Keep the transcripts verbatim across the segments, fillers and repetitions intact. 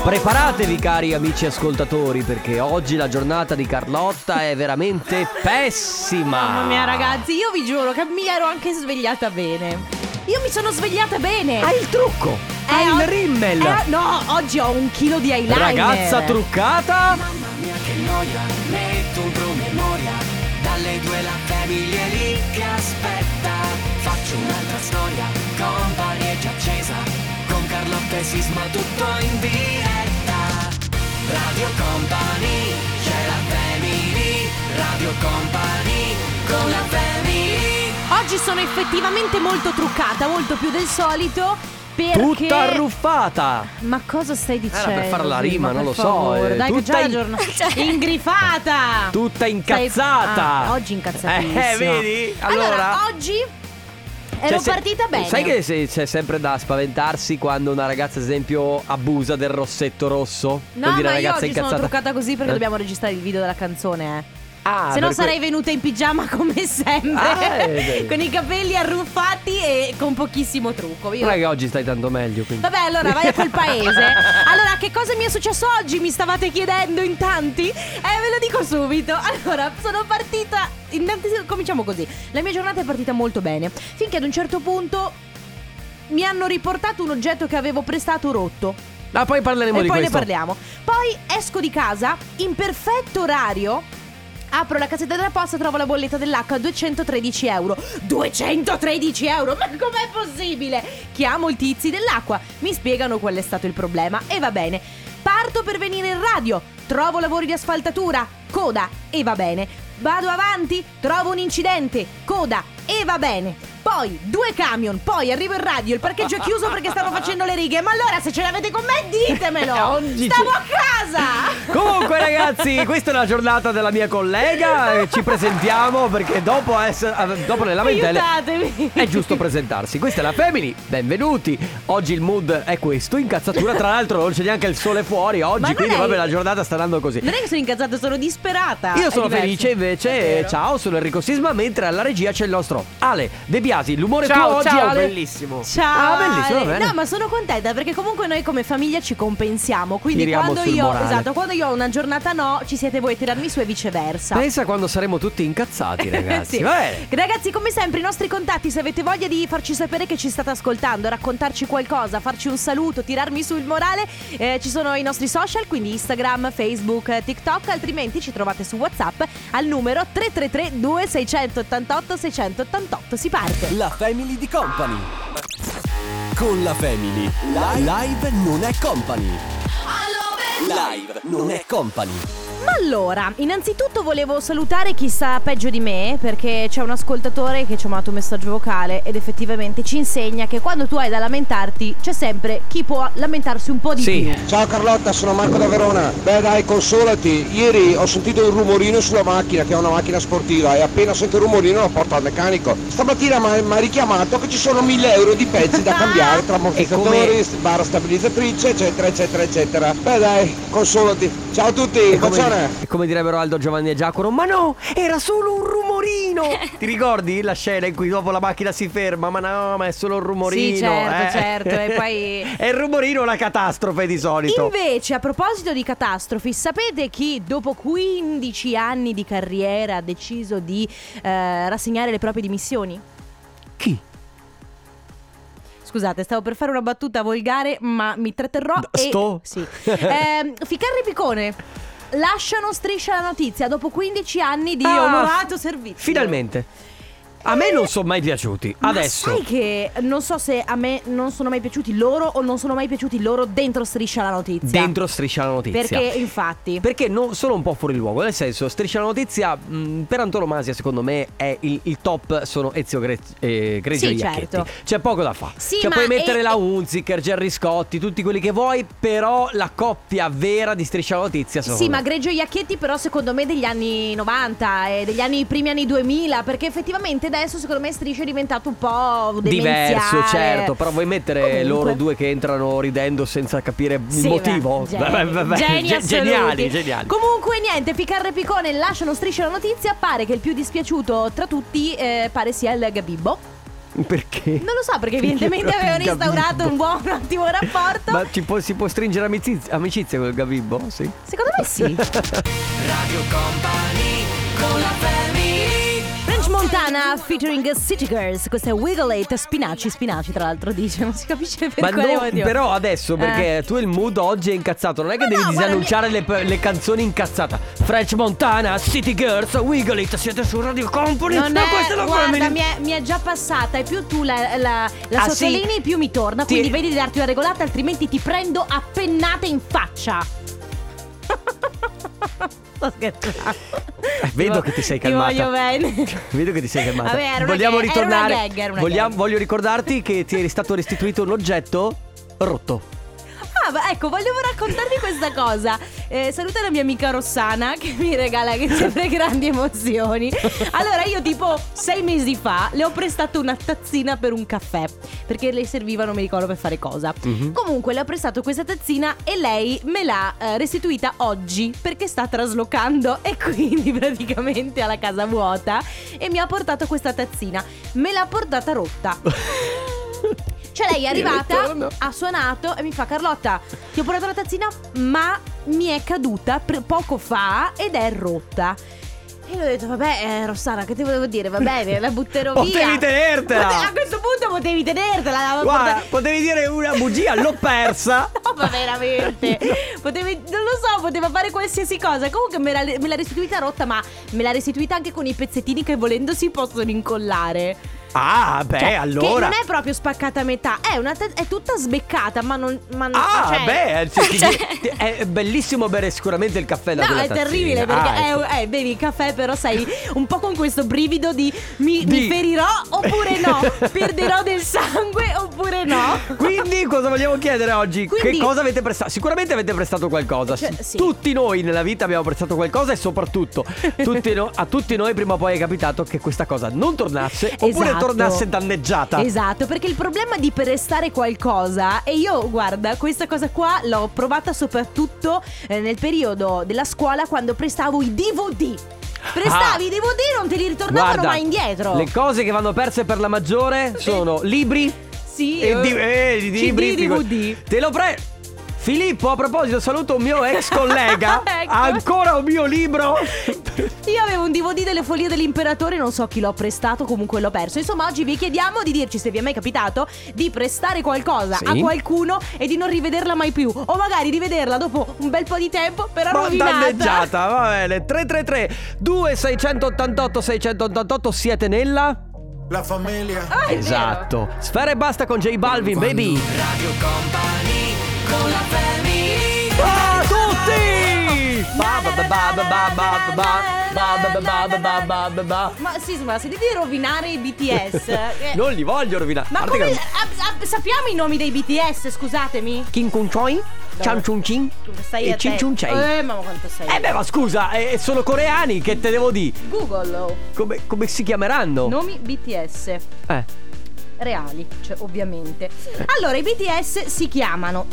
Preparatevi cari amici ascoltatori, perché oggi la giornata di Carlotta è veramente pessima. Mamma mia ragazzi, io vi giuro che mi ero anche svegliata bene. Io mi sono svegliata bene. Hai il trucco, Eh, hai o- il rimmel. eh, No, oggi ho un chilo di eyeliner. Ragazza truccata. Mamma mia che noia, metto un promemoria. Dalle due la famiglia è lì che aspetta. Faccio un'altra storia, company è già accesa. Con Carlotta e Sisma tutto in diretta. Radio Company, c'è la family. Radio Company, con la family. Oggi sono effettivamente molto truccata, molto più del solito. Perché... Tutta arruffata. Ma cosa stai dicendo? Era per fare la rima, Sisma, non per lo so, favore. eh, Dai, che tutta già la in- giornata. Ingrifata. Tutta incazzata. Ah, oggi incazzatissima. Eh, vedi? Allora, Allora, oggi ero Cioè, se- partita bene. Sai che se- c'è sempre da spaventarsi quando una ragazza, ad esempio, abusa del rossetto rosso? No, Vuol dire ma una io ragazza oggi sono incazzata. truccata così perché Eh? dobbiamo registrare il video della canzone, eh. Ah, Se no per sarei que- venuta in pigiama come sempre. Ah, eh, con i capelli arruffati e con pochissimo trucco. Io... Non è che oggi stai tanto meglio, quindi. Vabbè, allora vai a quel paese. Allora, che cosa mi è successo oggi? Mi stavate chiedendo in tanti? Eh, ve lo dico subito. Allora, sono partita. Innanzitutto, cominciamo così. La mia giornata è partita molto bene. Finché ad un certo punto mi hanno riportato un oggetto che avevo prestato rotto. Ah, poi parleremo E di poi questo. ne parliamo. Poi esco di casa in perfetto orario. Apro la cassetta della posta, trovo la bolletta dell'acqua, duecentotredici euro. duecentotredici euro? Ma com'è possibile? Chiamo i tizi dell'acqua, mi spiegano qual è stato il problema e va bene. Parto per venire in radio, trovo lavori di asfaltatura, coda e va bene. Vado avanti, trovo un incidente, coda e va bene. Poi due camion, poi arrivo in radio, il parcheggio è chiuso perché stanno facendo le righe. Ma allora se ce l'avete con me ditemelo. Oggi Stavo c'è- a casa. Comunque ragazzi, questa è la giornata della mia collega e ci presentiamo perché dopo, essere, dopo le lamentele Aiutatemi. è giusto presentarsi. Questa è la Family, benvenuti. Oggi il mood è questo, incazzatura. Tra l'altro non c'è neanche il sole fuori Ma oggi, non quindi è- vabbè, la giornata sta andando così. Non è che sono incazzata, sono disperata. Io È sono diverso. felice È invece, vero. ciao, sono Enrico Sisma, mentre alla regia c'è il nostro Ale De Biasi. L'umore Ciao, tuo oggi ciao, Ale? bellissimo. Ciao. Ah, bellissimo, Ale. va bene. No, ma sono contenta perché comunque noi come famiglia ci compensiamo. Quindi Tiriamo quando sul io morale. esatto, quando io ho una giornata no, ci siete voi a tirarmi su e viceversa. Pensa quando saremo tutti incazzati, ragazzi. Sì. Va bene. Ragazzi, come sempre i nostri contatti, se avete voglia di farci sapere che ci state ascoltando, raccontarci qualcosa, farci un saluto, tirarmi su il morale, eh, ci sono i nostri social, quindi Instagram, Facebook, eh, TikTok, altrimenti ci trovate su WhatsApp al numero tre tre tre due sei otto otto sei otto otto. Si parte. La Family di Company. Con la Family. Live non è company. Live non è company. Ma allora, innanzitutto volevo salutare chi sta peggio di me, perché c'è un ascoltatore che ci ha mandato un messaggio vocale ed effettivamente ci insegna che quando tu hai da lamentarti c'è sempre chi può lamentarsi un po' di Sì. più. Ciao Carlotta, sono Marco da Verona. Beh dai, consolati. Ieri ho sentito un rumorino sulla macchina, che è una macchina sportiva, e appena sento il rumorino lo porto al meccanico. Stamattina mi ha richiamato che ci sono mille euro di pezzi da cambiare tra ammortizzatori, barra stabilizzatrice, eccetera, eccetera, eccetera. Beh dai, consolati. Ciao a tutti, E un come, bacione. e come direbbero Aldo, Giovanni e Giacomo, ma no, era solo un rumorino. Ti ricordi la scena in cui dopo la macchina si ferma? Ma no, ma è solo un rumorino. Sì, certo, eh. certo, e poi- È il rumorino la catastrofe di solito. Invece, a proposito di catastrofi, sapete chi dopo quindici anni di carriera ha deciso di eh, rassegnare le proprie dimissioni? Chi? Scusate, stavo per fare una battuta volgare, ma mi tratterrò D- e... sto? Sì. Ehm, Ficarra e Picone lasciano Striscia la Notizia dopo quindici anni di Ah, onorato servizio. Finalmente. A me non sono mai piaciuti. Ma Adesso sai che non so se a me non sono mai piaciuti loro o non sono mai piaciuti loro dentro Striscia la Notizia. dentro Striscia la Notizia. Perché infatti Perché no, sono un po' fuori luogo. Nel senso, Striscia la Notizia mh, per antonomasia secondo me è il, il top. Sono Ezio Gre- eh, Greggio Sì, e Iacchetti. certo. C'è poco da fare. Sì, Cioè ma puoi mettere è- la è- Hunziker, Gerry Scotti, tutti quelli che vuoi. Però la coppia vera di Striscia la Notizia sono Sì, ma Greggio e Iacchetti però secondo me degli anni novanta e degli anni primi anni duemila, perché effettivamente adesso secondo me Striscia è diventato un po' demenziale. diverso, certo. Però vuoi mettere Comunque. loro due che entrano ridendo senza capire il Sì, motivo? beh, Vabbè, vabbè, geni ge- assoluti. geniali, geniali. Comunque niente, Ficarra e Picone lasciano Striscia la Notizia. Pare che il più dispiaciuto tra tutti eh, pare sia il Gabibbo. Perché? Non lo so, perché evidentemente Io non avevano instaurato Gabibbo. un buon, un ottimo rapporto. Ma ci può, si può stringere amicizia, amicizia con il Gabibbo? Sì. Secondo me sì. Radio Company con la family. French Montana featuring City Girls. Questo è Wiggle It. Spinaci, spinaci tra l'altro dice. Non si capisce per Ma quale no, motivo. però adesso perché Eh. tu il mood oggi è incazzato. Non è che Ma devi no, disannunciare le, le canzoni incazzata. French Montana, City Girls, Wiggle It. Siete su Radio Company. Non Ma è, questa è la guarda, family. mi è, mi è già passata. E più tu la, la, la Ah, sottolinei, sì? più mi torna. Ti- Quindi vedi di darti una regolata, altrimenti ti prendo a pennate in faccia. Sto scherzando. Eh, vedo che ti sei calmata. Ti voglio bene. Vedo che ti sei calmata. Vabbè, era una Vogliamo gag, era ritornare. una gag, era una Vogliamo- gag. Voglio ricordarti che ti è stato restituito un oggetto rotto. Ah, beh, ecco, volevo raccontarvi questa cosa. Eh, saluta la mia amica Rossana che mi regala che sempre grandi emozioni. Allora, io tipo sei mesi fa le ho prestato una tazzina per un caffè, perché le serviva, non mi ricordo per fare cosa. Mhm. Comunque le ho prestato questa tazzina e lei me l'ha eh, restituita oggi, perché sta traslocando e quindi praticamente ha la casa vuota. E mi ha portato questa tazzina. Me l'ha portata rotta. Cioè lei è arrivata, ritorno. ha suonato e mi fa: Carlotta, ti ho portato la tazzina, ma mi è caduta pre- poco fa ed è rotta. E io ho detto: vabbè, eh, Rossana, che ti volevo dire? Va bene, la butterò via. Potevi tenertela. Pote- a questo punto potevi tenertela. Guarda, Pote- potevi dire una bugia, l'ho persa. No, ma veramente. Potevi, non lo so, poteva fare qualsiasi cosa. Comunque me l'ha, me l'ha restituita rotta, ma me l'ha restituita anche con i pezzettini che volendo si possono incollare. Ah, beh, Cioè, allora. che non è proprio spaccata a metà, è, una te- è tutta sbeccata, ma non. Ma non Ah, cioè, beh, sì, ti- cioè- ti- è bellissimo bere sicuramente il caffè da No, quella è tazzina. terribile perché Ah, ecco. è, eh, bevi il caffè, però sei un po' con questo brivido di mi, Di- mi ferirò oppure no, perderò del sangue oppure no. Quindi cosa vogliamo chiedere oggi? Quindi- Che cosa avete prestato? Sicuramente avete prestato qualcosa. Cioè, S- sì. Tutti noi nella vita abbiamo prestato qualcosa e soprattutto tutti no- a tutti noi prima o poi è capitato che questa cosa non tornasse oppure Esatto. tornasse danneggiata. Esatto, perché il problema di prestare qualcosa, e io guarda, questa cosa qua l'ho provata soprattutto eh, nel periodo della scuola, quando prestavo i D V D. Prestavi Ah. i D V D, non te li ritornavano Guarda, mai indietro. Le cose che vanno perse per la maggiore sono libri Sì, e di- eh, C D, libri D V D. Te lo pre Filippo, a proposito, saluto un mio ex collega. Ecco. Ha ancora un mio libro. Io avevo un D V D delle Follie dell'Imperatore, non so chi l'ho prestato, comunque l'ho perso. Insomma, oggi vi chiediamo di dirci se vi è mai capitato di prestare qualcosa Sì. a qualcuno e di non rivederla mai più, o magari rivederla dopo un bel po' di tempo, però Ma rovinata. danneggiata, va bene. tre tre tre due sei otto sei otto otto. Siete nella La famiglia. Ah, è Esatto. Sfera e basta con J Balvin, baby. Radio Company con la family. Ciao a tutti! Ba ba ba ba ba ba ba ba ba ba ba ba ba ba ba ba. vero. Ma sì, ma se devi rovinare i B T S eh, Non li voglio rovinare. Ma A parte come che- ah, ah, sappiamo i nomi dei B T S, scusatemi. Kim Kun Choi, Chan Chun Chin Stai e a Chin te. Chun Chei. Eh, ma quanto sei? Eh beh, ma scusa, eh, sono coreani, che te devo dire? Google Come, come si chiameranno? nomi B T S Eh. reali, cioè ovviamente. Allora, i B T S si chiamano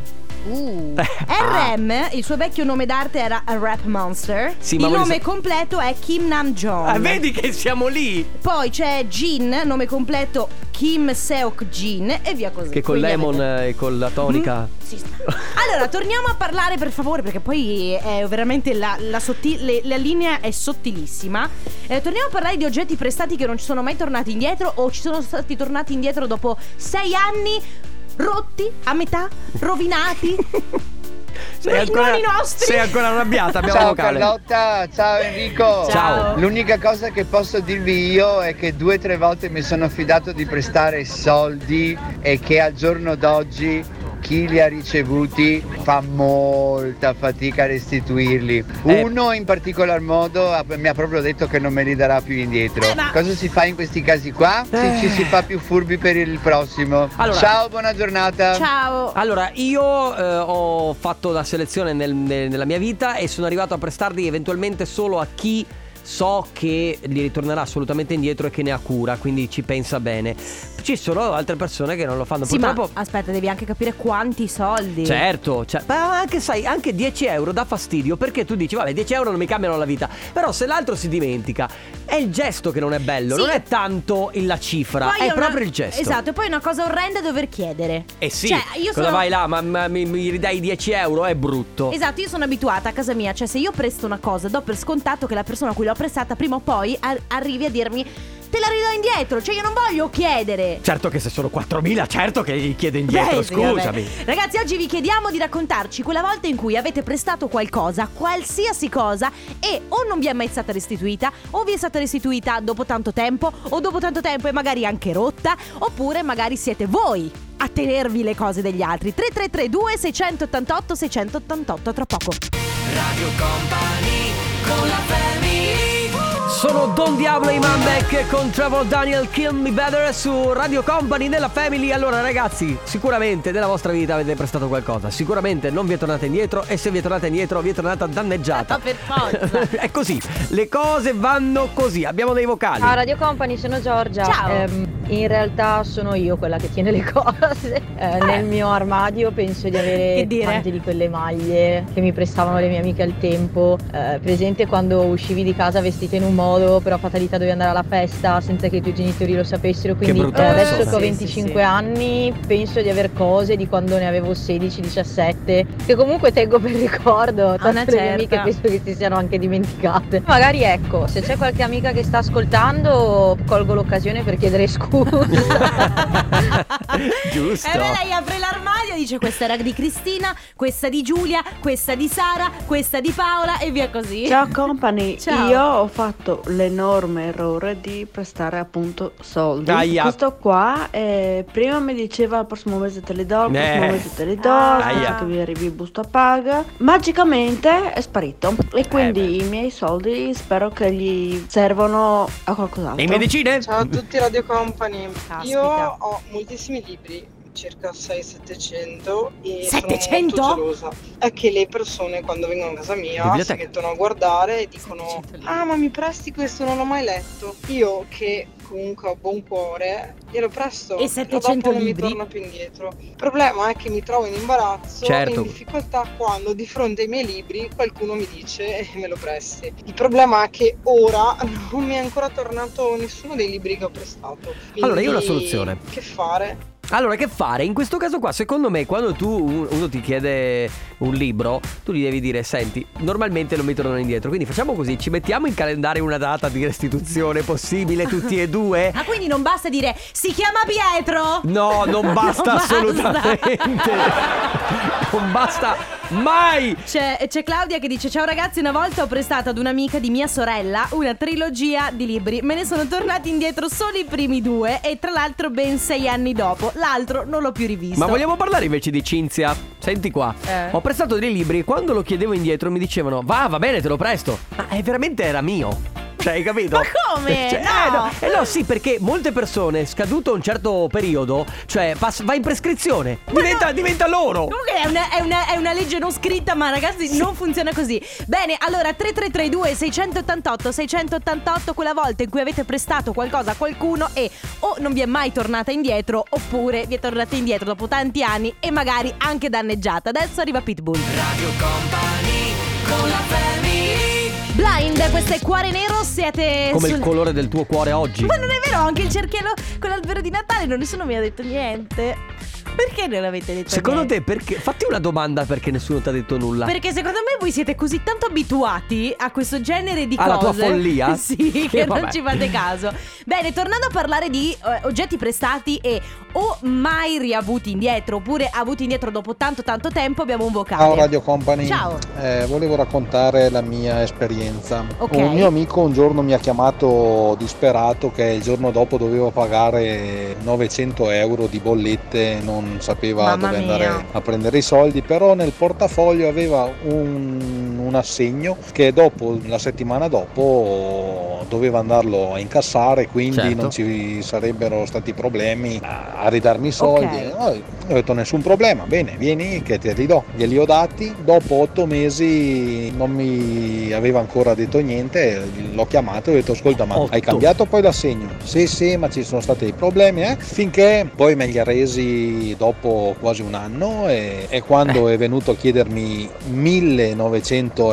uh, R M, il suo vecchio nome d'arte era Rap Monster. Sì, ma il voglio nome sa- completo è Kim Nam-jong. Ah, vedi che siamo lì? Poi c'è Jin, nome completo Kim Seok Jin e via così. Che con Quindi Lemon avete- e con la tonica. Sì, sta. Allora, torniamo a parlare per favore, perché poi è veramente la, la, sotti- le- la linea è sottilissima. Eh, torniamo a parlare di oggetti prestati che non ci sono mai tornati indietro o ci sono stati tornati indietro dopo sei anni, rotti, a metà, rovinati. Sei Non- ancora, non i nostri. sei ancora arrabbiata, abbiamo Ciao vocale. Carlotta, ciao Enrico. Ciao. L'unica cosa che posso dirvi io è che due o tre volte mi sono fidato di prestare soldi e che al giorno d'oggi chi li ha ricevuti fa molta fatica a restituirli. Eh. Uno in particolar modo ha- mi ha proprio detto che non me li darà più indietro. Eh, ma- Cosa si fa in questi casi qua? Eh. Ci, ci si fa più furbi per il prossimo. Allora- Ciao, buona giornata. Ciao. Allora, io eh, ho fatto la selezione nel- nel- nella mia vita e sono arrivato a prestarli eventualmente solo a chi so che li ritornerà assolutamente indietro e che ne ha cura, quindi ci pensa bene. Ci sono altre persone che non lo fanno. Sì, purtroppo. ma aspetta, devi anche capire quanti soldi. Certo, cioè, ma anche sai, anche dieci euro dà fastidio, perché tu dici vabbè, dieci euro non mi cambiano la vita. Però se l'altro si dimentica, è il gesto che non è bello. Sì. Non è tanto la cifra, Poi è una- proprio il gesto. Esatto, e poi è una cosa orrenda dover chiedere. Eh sì, Cioè, io cosa sono- vai là, ma, ma mi, mi ridai dieci euro, è brutto. Esatto, io sono abituata a casa mia, cioè se io presto una cosa do per scontato che la persona a cui l'ho prestata prima o poi ar- arrivi a dirmi te la ridò indietro, cioè io non voglio chiedere. Certo che se sono quattromila, certo che gli chiede indietro, Beh, sì, scusami. vabbè. Ragazzi, oggi vi chiediamo di raccontarci quella volta in cui avete prestato qualcosa, qualsiasi cosa, e o non vi è mai stata restituita, o vi è stata restituita dopo tanto tempo, o dopo tanto tempo e magari anche rotta, oppure magari siete voi a tenervi le cose degli altri. Tre tre tre due sei otto otto sei otto otto, tra poco. Radio Company con la family. Sono Don Diablo e Iman Beck con Trevor Daniel, Kill Me Better su Radio Company nella Family. Allora ragazzi, sicuramente nella vostra vita avete prestato qualcosa, sicuramente non vi è tornata indietro, e se vi è tornata indietro vi è tornata danneggiata. Ma per forza. È così, le cose vanno così. Abbiamo dei vocali. Ciao Radio Company, sono Giorgia. Ciao. Ehm, in realtà sono io quella che tiene le cose. Eh, nel mio armadio penso di Che avere dire? tante di quelle maglie che mi prestavano le mie amiche al tempo. Eh, presente quando uscivi di casa vestita in un modo, però fatalità dovevi andare alla festa senza che i tuoi genitori lo sapessero. Quindi brutta eh, adesso persona. che ho Sì, venticinque sì, sì. anni penso di aver cose di quando ne avevo sedici diciassette che comunque tengo per ricordo. Ah, una Tante le mie amiche certa. penso che si siano anche dimenticate. Magari ecco, se c'è qualche amica che sta ascoltando, colgo l'occasione per chiedere scusa. Giusto. E beh, lei apre l'armadio e dice questa era di Cristina, questa di Giulia, questa di Sara, questa di Paola e via così. Ciao company, Ciao. io ho fatto l'enorme errore di prestare appunto soldi. Aia. Questo qua eh, prima mi diceva il prossimo mese te li do, il prossimo Eh. mese te li do, Ah. aspetta Aia. che mi arrivi il busto paga. Magicamente è sparito e quindi Eh beh. i miei soldi spero che gli servano a qualcos'altro. E in medicine? Ciao a tutti Radio Company, Caspita. io ho moltissimi libri, circa sei settecento e settecento? sono molto gelosa. È che le persone quando vengono a casa mia si Biblioteca. mettono a guardare e dicono settecento libri. ah ma mi presti questo, non l'ho mai letto. Io che comunque ho buon cuore glielo presto E settecento dopo non libri? mi torno più indietro. Il problema è che mi trovo in imbarazzo Certo. e in difficoltà quando di fronte ai miei libri qualcuno mi dice me lo presti. Il problema è che ora non mi è ancora tornato nessuno dei libri che ho prestato. Allora, io ho una Quindi, soluzione. Che fare? Allora, che fare? In questo caso qua, secondo me, quando tu uno ti chiede un libro, tu gli devi dire: senti, normalmente non mi tornano indietro, quindi facciamo così, ci mettiamo in calendario una data di restituzione possibile tutti e due? Ah, quindi non basta dire si chiama Pietro? No, non basta Non assolutamente. Non basta mai. C'è, c'è Claudia che dice ciao ragazzi, una volta ho prestato ad un'amica di mia sorella una trilogia di libri. Me ne sono tornati indietro solo i primi due e tra l'altro ben sei anni dopo. L'altro non l'ho più rivisto. Ma vogliamo parlare invece di Cinzia? Senti qua, Eh. ho prestato dei libri e quando lo chiedevo indietro mi dicevano va, va bene, te lo presto. Ma eh, veramente era mio. Cioè, hai capito? Ma come? Cioè, No. Eh, no. Eh, no, sì, perché molte persone, scaduto un certo periodo, cioè pass- va in prescrizione. Diventa, diventa loro. Comunque è una, è, una, è una legge non scritta, ma ragazzi non funziona così. Bene, allora tre tre tre due sei otto otto sei otto otto, quella volta in cui avete prestato qualcosa a qualcuno e o non vi è mai tornata indietro oppure vi è tornata indietro dopo tanti anni e magari anche danneggiata. Adesso arriva Pitbull. Radio Company con la family. Blind, questo è Cuore Nero, siete Come sul- il colore del tuo cuore oggi. Ma non è vero, anche il cerchiello con l'albero di Natale, non nessuno mi ha detto niente. Perché non avete detto Secondo niente? te perché? Fatti una domanda perché nessuno ti ha detto nulla. Perché secondo me voi siete così tanto abituati a questo genere di Alla cose. tua follia? Sì, che Eh, non vabbè. ci fate caso. Bene, tornando a parlare di eh, oggetti prestati e o mai riavuti indietro oppure avuti indietro dopo tanto tanto tempo, abbiamo un vocale. Ciao Radio Company. Ciao. Eh, volevo raccontare la mia esperienza. Ok. Un mio amico un giorno mi ha chiamato disperato che il giorno dopo dovevo pagare novecento euro di bollette, non sapeva Mamma dove mia. andare a prendere i soldi, però nel portafoglio aveva un, un assegno che dopo, la settimana dopo, doveva andarlo a incassare, quindi Certo. non ci sarebbero stati problemi a, a ridarmi i soldi. Ok. No, ho detto nessun problema, bene, vieni che te li do. Glieli ho dati, dopo otto mesi non mi aveva ancora detto niente, l'ho chiamato e ho detto ascolta, ma Otto. hai cambiato poi l'assegno? Sì sì, ma ci sono stati dei problemi, eh? Finché poi me li ha resi dopo quasi un anno e, e quando Eh. è venuto a chiedermi millenovecento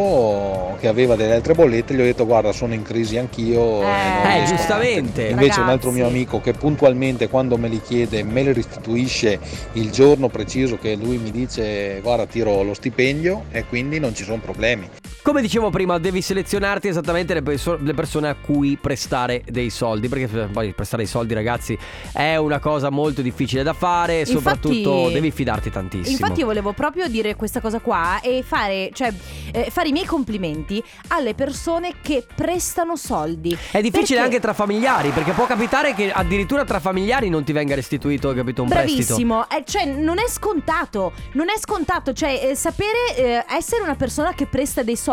euro che aveva delle altre bollette, gli ho detto guarda, sono in crisi anch'io e non Eh, riesco a giustamente. farteli. Invece un altro Ragazzi. mio amico che puntualmente quando me li chiede me li restituisce il giorno preciso che lui mi dice guarda tiro lo stipendio, e quindi non ci sono problemi. Come dicevo prima, devi selezionarti esattamente le, perso- le persone a cui prestare dei soldi, perché poi prestare i soldi, ragazzi, è una cosa molto difficile da fare e Infatti- soprattutto devi fidarti tantissimo. Infatti io volevo proprio dire questa cosa qua e fare, cioè, eh, fare i miei complimenti alle persone che prestano soldi. È difficile Perché- anche tra familiari, perché può capitare che addirittura tra familiari non ti venga restituito, capito, un prestito. Bravissimo, eh, cioè non è scontato, non è scontato, cioè eh, sapere eh, essere una persona che presta dei soldi,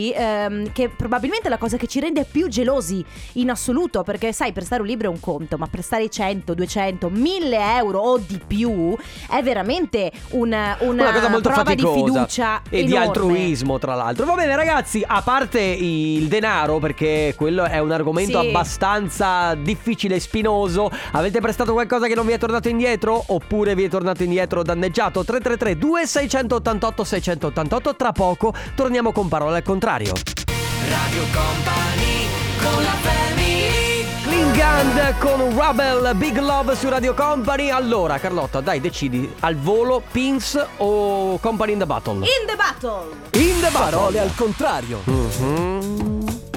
ehm, che probabilmente è la cosa che ci rende più gelosi in assoluto, perché sai, prestare un libro è un conto, ma prestare cento, duecento, mille euro o di più è veramente una, una, Una cosa molto prova faticosa di fiducia e di enorme. altruismo, tra l'altro. Va bene ragazzi, a parte il denaro, perché quello è un argomento Sì. abbastanza difficile e spinoso, avete prestato qualcosa che non vi è tornato indietro oppure vi è tornato indietro danneggiato? Tre tre tre due sei otto otto sei otto otto. Tra poco torniamo con parole al contrario. Radio Company con la family. Klingand con Rubble, Big Love su Radio Company. Allora Carlotta, dai, decidi, al volo, Pins o Company in the Battle? In the battle. In the Battle. Parole al contrario. Mhm.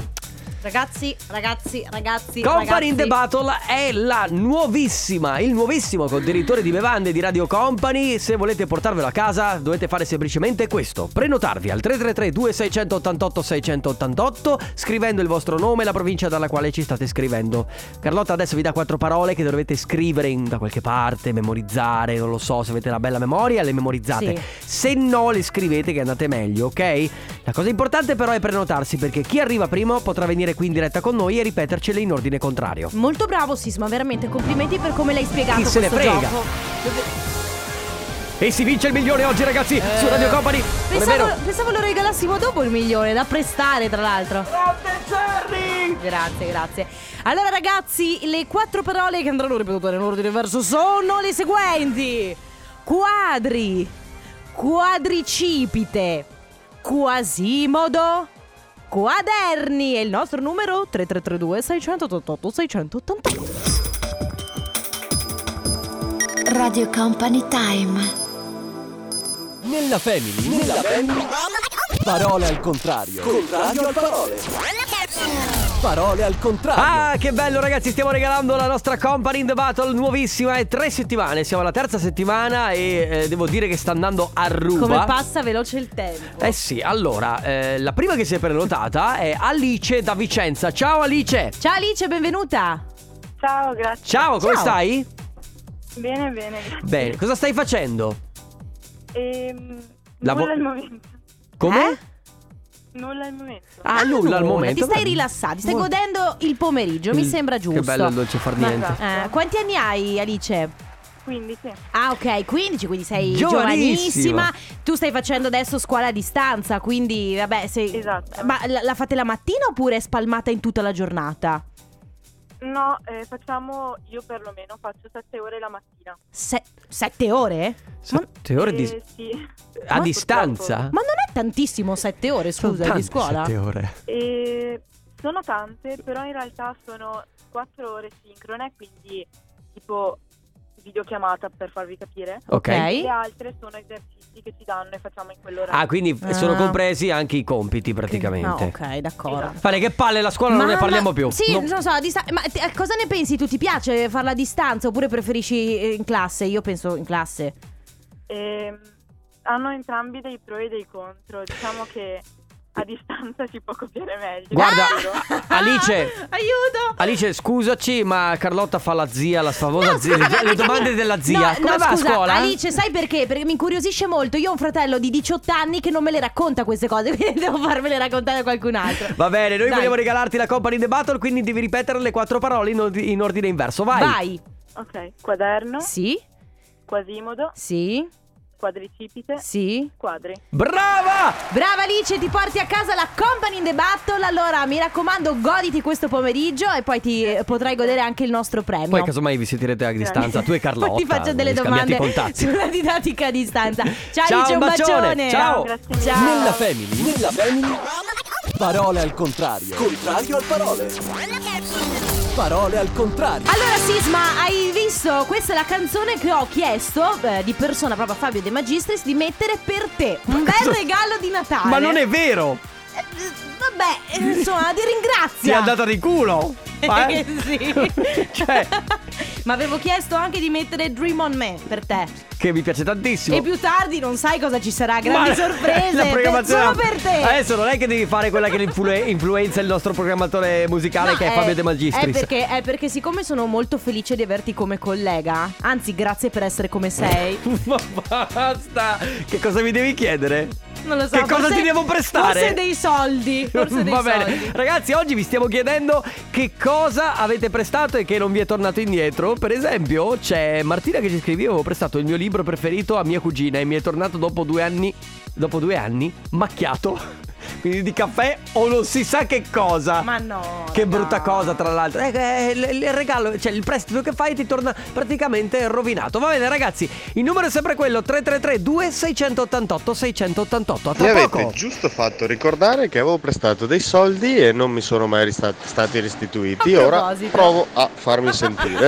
Ragazzi, ragazzi, ragazzi, Company ragazzi. in the Battle è la nuovissima, il nuovissimo contenitore di bevande di Radio Company. Se volete portarvelo a casa dovete fare semplicemente questo: prenotarvi al tre tre tre due sei otto otto sei otto otto scrivendo il vostro nome e la provincia dalla quale ci state scrivendo. Carlotta adesso vi dà quattro parole che dovete scrivere in, da qualche parte, memorizzare, non lo so, se avete una bella memoria le memorizzate. Sì. Se no le scrivete che andate meglio, ok? La cosa importante però è prenotarsi, perché chi arriva primo potrà venire qui in diretta con noi e ripetercele in ordine contrario. Molto bravo Sisma, veramente complimenti per come l'hai spiegato Chi se ne questo frega? gioco. E si vince il milione oggi ragazzi su Radio Company. Non è Pensavo, vero? pensavo lo regalassimo dopo il milione, da prestare tra l'altro. Grazie, grazie. Allora ragazzi, le quattro parole che andranno ripetute in ordine verso sono le seguenti: quadri, quadricipite, quasimodo, quaderni. E il nostro numero tre tre tre due sei otto otto sei otto otto. Radio Company Time. Nella family, nella family. Parole al contrario. Contrario al parole. Parole al contrario. Ah, che bello ragazzi, stiamo regalando la nostra Company in the Battle nuovissima. È tre settimane, siamo alla terza settimana e eh, devo dire che sta andando a ruba. Come passa veloce il tempo. Eh sì, allora, eh, la prima che si è prenotata è Alice da Vicenza. Ciao Alice. Ciao Alice, benvenuta. Ciao, grazie. Ciao, come Ciao. stai? Bene, bene. grazie. Bene, cosa stai facendo? Ehm, Lavo- nulla al momento. Come? Eh? Nulla al momento. Ah, nulla al nulla. momento. Ti stai Beh, rilassando, ti stai molto- godendo il pomeriggio, mi Il- sembra giusto. Che bello il dolce far Ma- niente. Eh, quanti anni hai Alice? quindici. Ah ok, quindici, quindi sei Giovanissima. giovanissima. Tu stai facendo adesso scuola a distanza, quindi vabbè sei... Esatto. Ma la, la fate la mattina oppure è spalmata in tutta la giornata? No, eh, facciamo, io perlomeno faccio sette ore la mattina. Se- sette ore? Sette ore di... Eh, sì. a Ma distanza? Ma non è tantissimo sette ore, scusa, di scuola? Sette ore. E sono tante, però in realtà sono quattro ore sincrone, quindi tipo videochiamata per farvi capire. Ok. E le altre sono esercizi che ci danno e facciamo in quell'orario. Ah, quindi Ah. sono compresi anche i compiti praticamente. Ah, ok, d'accordo. Fare che palle, la scuola non ne Ma- parliamo ma- più. Sì, No. non so, a dista- ma ti- cosa ne pensi tu? Ti piace farla a distanza oppure preferisci eh, in classe? Io penso in classe. Ehm, hanno entrambi dei pro e dei contro. Diciamo che a distanza si può copiare meglio. Guarda, Ah! Alice, Aiuto! Alice, scusaci, ma Carlotta fa la zia, la famosa No, zia. scusa, le, le domande della zia. No, Come no, va scusa, a scuola? Alice, sai perché? Perché mi incuriosisce molto. Io ho un fratello di diciotto anni che non me le racconta queste cose, quindi devo farmele raccontare a qualcun altro. Va bene, noi Dai. vogliamo regalarti la Company in the Battle, quindi devi ripetere le quattro parole in, ord- in ordine inverso. Vai. Vai. Ok, quaderno, Sì, quasimodo, sì, quadricipite, sì. quadri. Brava! Brava Alice, ti porti a casa la Company in the Battle. Allora mi raccomando, goditi questo pomeriggio e poi ti eh, potrai godere anche il nostro premio. Poi casomai vi sentirete a distanza, tu e Carlotta. Poi ti faccio delle vi scambiate domande i contatti. sulla didattica a distanza. Ciao, Ciao, Alice, un un bacione. bacione. Ciao. Grazie mille. Ciao. Nella Family, nella Family, parole al contrario. Contrario al parole. Parole al contrario. Allora Sisma, hai visto? Questa è la canzone che ho chiesto eh, di persona proprio a Fabio De Magistris di mettere per te. Un bel regalo di Natale. Ma non è vero! Eh, Vabbè, eh, insomma, ti ringrazio. Ti è andata di culo! Eh? Sì. Cioè, Ma avevo chiesto anche di mettere Dream on Me per te. che mi piace tantissimo. E più tardi non sai cosa ci sarà, grandi Ma- sorprese la per- programmazione- solo per te. Adesso non è che devi fare quella che influ- influenza il nostro programmatore musicale, No, che è eh, Fabio De Magistris. È perché, è perché siccome sono molto felice di averti come collega, anzi grazie per essere come sei. Ma basta! Che cosa mi devi chiedere? Non lo so. Che cosa forse- ti devo prestare? Forse dei soldi. Forse dei Va bene, soldi. ragazzi, oggi vi stiamo chiedendo che cosa avete prestato e che non vi è tornato indietro. Per esempio, c'è Martina che ci scrive: io avevo prestato il mio libro preferito a mia cugina e mi è tornato dopo due anni. Dopo due anni, macchiato. Quindi di caffè o non si sa che cosa. Ma no. Che raga. brutta cosa, tra l'altro. Eh, eh, il, il regalo, cioè il prestito che fai ti torna praticamente rovinato. Va bene, ragazzi, il numero è sempre quello: tre tre tre due sei otto otto sei otto otto. A Mi tra avete poco. giusto fatto ricordare che avevo prestato dei soldi e non mi sono mai rista- stati restituiti. A Ora proposito. provo a farmi sentire.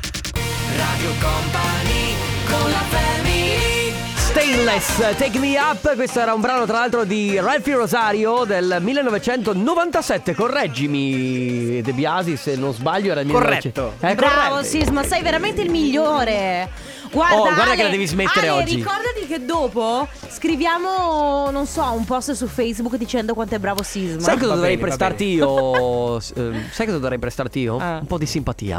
Radio Company con la family. Stainless, Take Me Up. Questo era un brano tra l'altro di Ralphie Rosario del millenovecentonovantasette. Correggimi De Biasi se non sbaglio, era il Corretto. millenovecento. Eh, Bravo corretto. Sisma, sei veramente il migliore. Guarda, Oh, guarda Ale, che la devi smettere Ale, oggi. ricordati che dopo scriviamo, non so, un post su Facebook dicendo quanto è bravo Sisma. Sai cosa Va dovrei bene, va prestarti io? S- eh, Sai cosa dovrei prestarti io? Eh. Un po' di simpatia.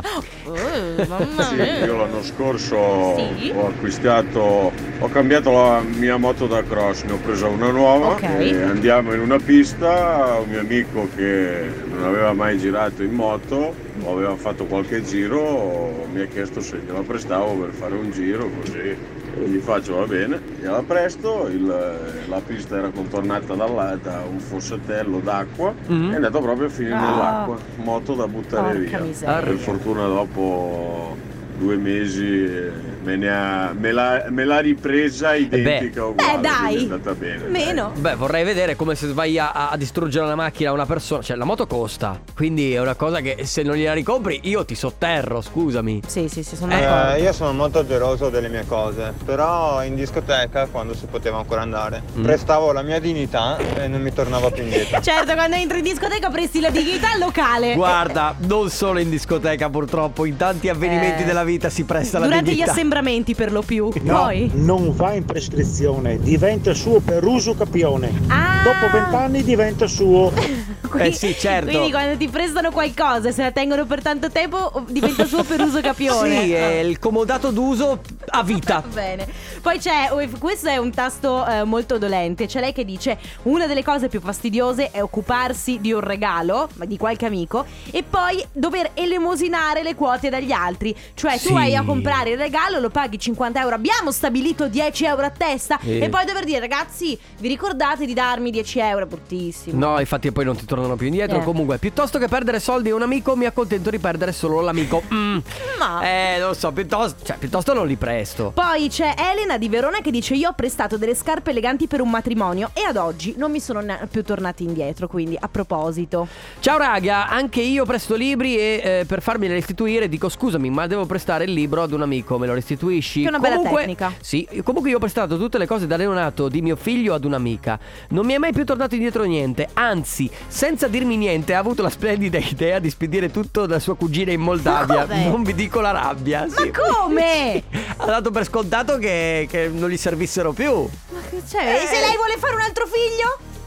Eh, mamma Sì, mia. io l'anno scorso Sì. ho acquistato, ho cambiato la mia moto da cross, ne ho presa una nuova Ok. e andiamo in una pista, un mio amico che non aveva mai girato in moto, aveva fatto qualche giro, mi ha chiesto se gliela prestavo per fare un giro così. E gli faccio va bene, gliela presto, il- la pista era contornata dalla- da un fossetello d'acqua Mhm. e è andato proprio a finire Ah. nell'acqua, moto da buttare Porca via. miseria. Per fortuna dopo due mesi eh, me, ne ha, me, l'ha, me l'ha ripresa identica uguale, Eh, dai. quindi è andata bene. Meno. Beh, vorrei vedere come se vai a, a distruggere una macchina a una persona. Cioè, la moto costa. Quindi è una cosa che se non gliela ricompri, io ti sotterro, scusami. Sì, sì, sì, sono Eh, d'accordo. io sono molto geloso delle mie cose, però in discoteca, quando si poteva ancora andare, Mm. prestavo la mia dignità e non mi tornava più indietro. Certo, quando entri in discoteca presti la dignità al locale. Guarda, non solo in discoteca, purtroppo, in tanti avvenimenti Eh. della vita si presta la Durante gli dignità. assembramenti per lo più. No, Poi? non va in prescrizione, diventa suo per uso capione. Ah. Dopo vent'anni diventa suo. Eh sì, certo. Quindi quando ti prestano qualcosa e se la tengono per tanto tempo diventa suo per uso capione. Sì, è il comodato d'uso a vita. Va bene. Poi c'è, questo è un tasto eh, molto dolente. C'è lei che dice: una delle cose più fastidiose è occuparsi di un regalo, ma di qualche amico, e poi dover elemosinare le quote dagli altri. Cioè tu Sì. vai a comprare il regalo, lo paghi cinquanta euro, abbiamo stabilito dieci euro a testa, Sì. e poi dover dire: ragazzi, vi ricordate di darmi dieci euro? Bruttissimo. No, infatti poi non ti tornano più indietro. Eh. Comunque, piuttosto che perdere soldi a un amico, mi accontento di perdere solo l'amico. Mm. Ma Eh, non lo so, piuttosto, cioè, piuttosto non li presto. Poi c'è Elena di Verona che dice: io ho prestato delle scarpe eleganti per un matrimonio e ad oggi non mi sono ne- più tornati indietro. Quindi a proposito. Ciao raga, anche io presto libri e eh, per farmi restituire dico scusami, ma devo prestare il libro ad un amico, me lo restituisci? Che è una bella Comunque, tecnica. Sì, comunque io ho prestato tutte le cose da neonato di mio figlio ad un'amica. Non mi è mai più tornato indietro niente, anzi, senza dirmi niente ha avuto la splendida idea di spedire tutto da sua cugina in Moldavia. Vabbè. Non vi dico la rabbia. Sì. Ma come? Ha dato per scontato che, che non gli servissero più. Ma che c'è? E se lei vuole fare un altro figlio? Eh,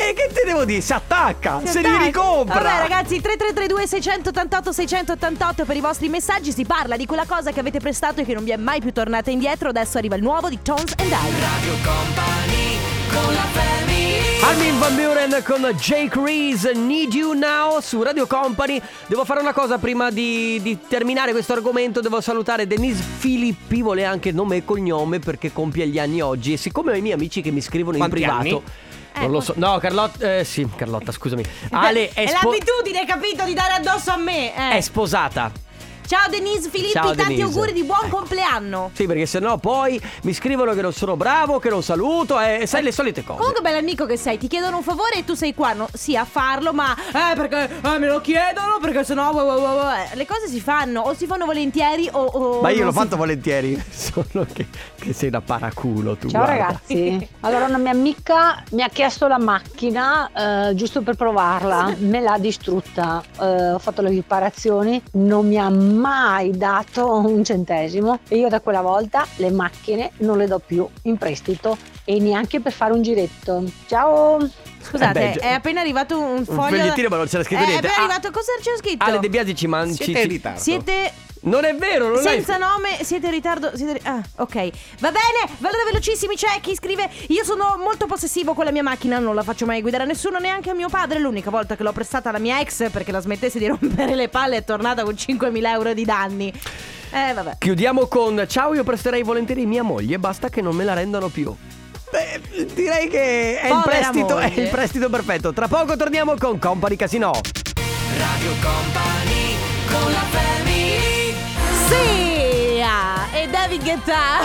che, che te devo dire? Si attacca, Si se li attacca. ricompra. Vabbè ragazzi, tre tre tre due sei otto otto sei otto otto per i vostri messaggi. Si parla di quella cosa che avete prestato e che non vi è mai più tornata indietro. Adesso arriva il nuovo di Tones and I. Radio Company con la family. Armin van Buuren con Jake Reese, Need You Now su Radio Company. Devo fare una cosa prima di, di terminare questo argomento. Devo salutare Denise Filippi, vuole anche nome e cognome perché compie gli anni oggi. E siccome ho i miei amici che mi scrivono Quanti in privato anni? non lo so. No, Carlotta, eh, sì, Carlotta, scusami. Ale è, È spo- l'abitudine, capito, di dare addosso a me. eh. è sposata. Ciao Denise Filippi, Ciao, tanti Denise. auguri di buon compleanno. Sì, perché sennò poi mi scrivono che non sono bravo, che non saluto, e sai le solite cose. Comunque bell'amico che sei, ti chiedono un favore e tu sei qua, no? Sì, a farlo, ma eh perché eh, me lo chiedono, perché sennò uh, uh, uh, uh, le cose si fanno, o si fanno volentieri o, o Ma io non l'ho si- fatto volentieri. Solo che, che sei da paraculo tu. Ciao guarda. ragazzi, allora una mia amica mi ha chiesto la macchina eh, giusto per provarla, me l'ha distrutta, eh, ho fatto le riparazioni, non mi ha mai dato un centesimo e io da quella volta le macchine non le do più in prestito e neanche per fare un giretto. Ciao! Scusate, Eh beh, è appena arrivato un Un foglio fogliettino ma non c'era scritto È niente. appena Ah, arrivato, cosa c'è scritto? Ale De Biasi ci manci. Siete in ritardo. Siete Non è vero, non senza è. nome, siete in ritardo, siete... Ah, ok. Va bene, vado velocissimi, c'è chi scrive: io sono molto possessivo con la mia macchina, non la faccio mai guidare a nessuno, neanche a mio padre. L'unica volta che l'ho prestata alla mia ex perché la smettesse di rompere le palle è tornata con cinquemila euro di danni. Eh, vabbè. Chiudiamo con ciao, io presterei volentieri mia moglie, basta che non me la rendano più. Beh, direi che è il, Povera prestito, è moglie. il prestito perfetto. Tra poco torniamo con Company Casino. Radio Company con la family. Sì, ah, e David Guetta.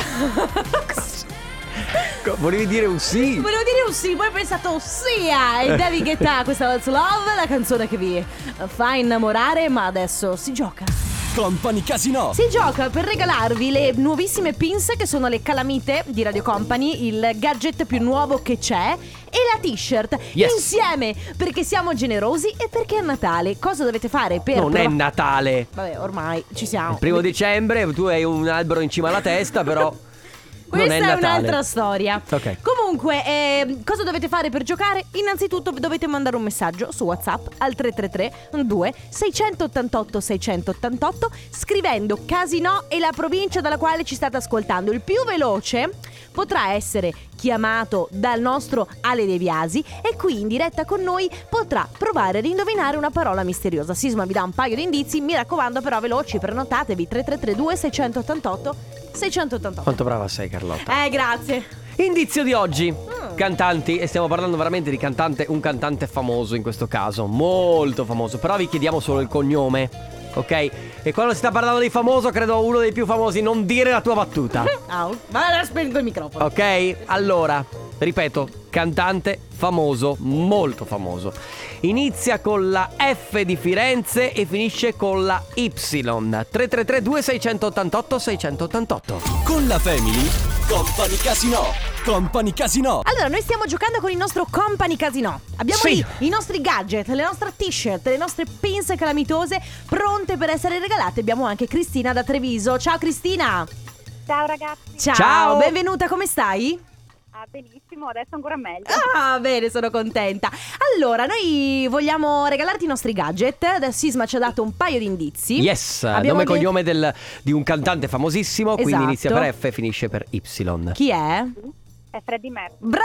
Co- Volevi dire un sì? Volevo dire un sì, poi ho pensato sia. E David Guetta, questa Let's Love, la canzone che vi fa innamorare, ma adesso si gioca. Company Casino. Si gioca per regalarvi le nuovissime pins che sono le calamite di Radio Company, il gadget più nuovo che c'è, e la t-shirt Yes. insieme, perché siamo generosi e perché è Natale. Cosa dovete fare per Non è prov- Natale. Vabbè, ormai ci siamo. Il primo dicembre tu hai un albero in cima alla testa, però non Questa è è, Natale. un'altra storia. Ok. Comunque, eh, cosa dovete fare per giocare? Innanzitutto dovete mandare un messaggio su WhatsApp al tre tre tre due sei otto otto sei otto otto scrivendo Casino e la provincia dalla quale ci state ascoltando. Il più veloce potrà essere chiamato dal nostro Ale De Biasi e qui in diretta con noi potrà provare ad indovinare una parola misteriosa. Sisma vi dà un paio di indizi, mi raccomando però veloci, prenotatevi tre tre tre due sei otto otto sei otto otto. Quanto brava sei, Carlotta. Eh, grazie. Indizio di oggi. Mm. Cantanti, e stiamo parlando veramente di cantante, un cantante famoso in questo caso, molto famoso, però vi chiediamo solo il cognome, ok? E quando si sta parlando di famoso, credo uno dei più famosi, non dire la tua battuta. Au, ma spengo il microfono. Ok? Allora, ripeto, cantante famoso, molto famoso. Inizia con la F di Firenze e finisce con la Y. tre tre tre due sei otto otto sei otto otto. Con la family. Company Casino. Company Casino. Allora, noi stiamo giocando con il nostro Company Casino. Abbiamo Sì. lì i nostri gadget, le nostre t-shirt, le nostre pinze calamitose pronte per essere regalate. Abbiamo anche Cristina da Treviso. Ciao Cristina. Ciao ragazzi. Ciao, Ciao. benvenuta, come stai? Ah, benissimo, adesso ancora meglio. Ah, bene, sono contenta. Allora, noi vogliamo regalarti i nostri gadget. Adesso Sisma ci ha dato un paio di indizi. Yes, Abbiamo nome e de- cognome del- di un cantante famosissimo, quindi Esatto. inizia per F e finisce per Y. Chi è? È Freddie Mercury. Brava!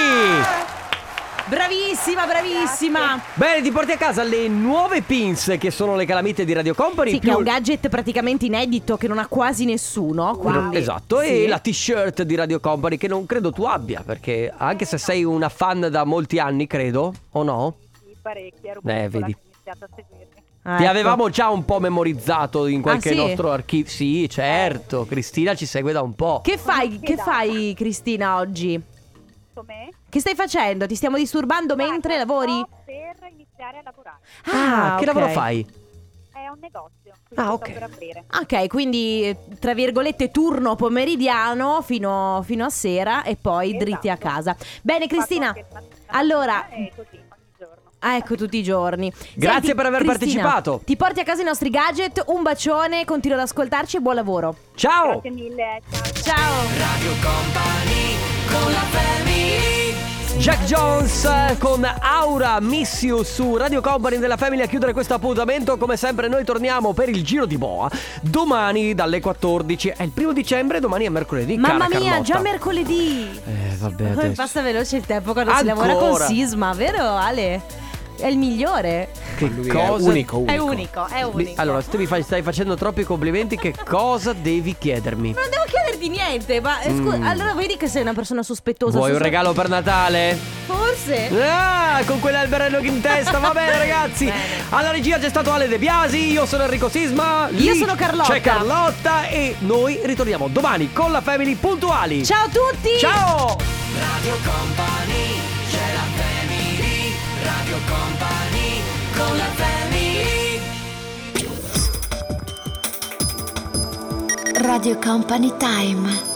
Sì! Bravissima, bravissima. Bene, ti porti a casa le nuove pins che sono le calamite di Radio Company. Sì, più... che è un gadget praticamente inedito che non ha quasi nessuno. Quindi... Esatto, Sì. e la t-shirt di Radio Company che non credo tu abbia, perché anche se sei una fan da molti anni, credo, o no? Sì, parecchi, ero Eh, piccola vedi. che ho iniziato a seguirmi. Ah, Ti ecco. avevamo già un po' memorizzato in qualche Ah, sì? nostro archivio. Sì, certo, Cristina ci segue da un po'. Che fai, che fai Cristina oggi? Com'è? Che stai facendo? Ti stiamo disturbando mentre lavori? Sto per iniziare a lavorare. Ah, che ok. lavoro fai? È un negozio, quindi Ah, sto ok. per aprire. Ok, quindi tra virgolette turno pomeridiano fino, fino a sera e poi Esatto. dritti a casa. Bene Cristina, Faccio anche il mattino, allora... E così, ogni giorno. Ah, ecco, tutti i giorni. Grazie Senti, per aver Cristina, partecipato. Ti porti a casa i nostri gadget, un bacione, continua ad ascoltarci e buon lavoro. Ciao! Grazie mille, ciao. Ciao! Radio Company con la family. Jack Jones eh, con Aura Miss You su Radio Company della Family a chiudere questo appuntamento. Come sempre noi torniamo per il Giro di Boa domani dalle quattordici. È il primo dicembre, domani è mercoledì. Mamma cara mia, Carlotta. già mercoledì. Eh vabbè Come adesso. passa veloce il tempo quando si Ancora. lavora con Sisma, vero Ale? È il migliore. Che Lui è cosa unico, unico. È unico, è unico. Allora, se tu mi fai, stai facendo troppi complimenti, che cosa devi chiedermi? Non devo chiederti niente, ma eh, scu- Mm. allora vedi che sei una persona sospettosa. Vuoi un Su- regalo per Natale? Forse. Ah, con quell'alberello in testa, va bene ragazzi. Bene. Alla regia c'è stato Ale De Biasi, io sono Enrico Sisma. lì Io sono Carlotta. C'è Carlotta e noi ritorniamo domani con la Family puntuali. Ciao a tutti. Ciao. Radio Company, c'è la family. Radio Company, con la family. Radio Company Time.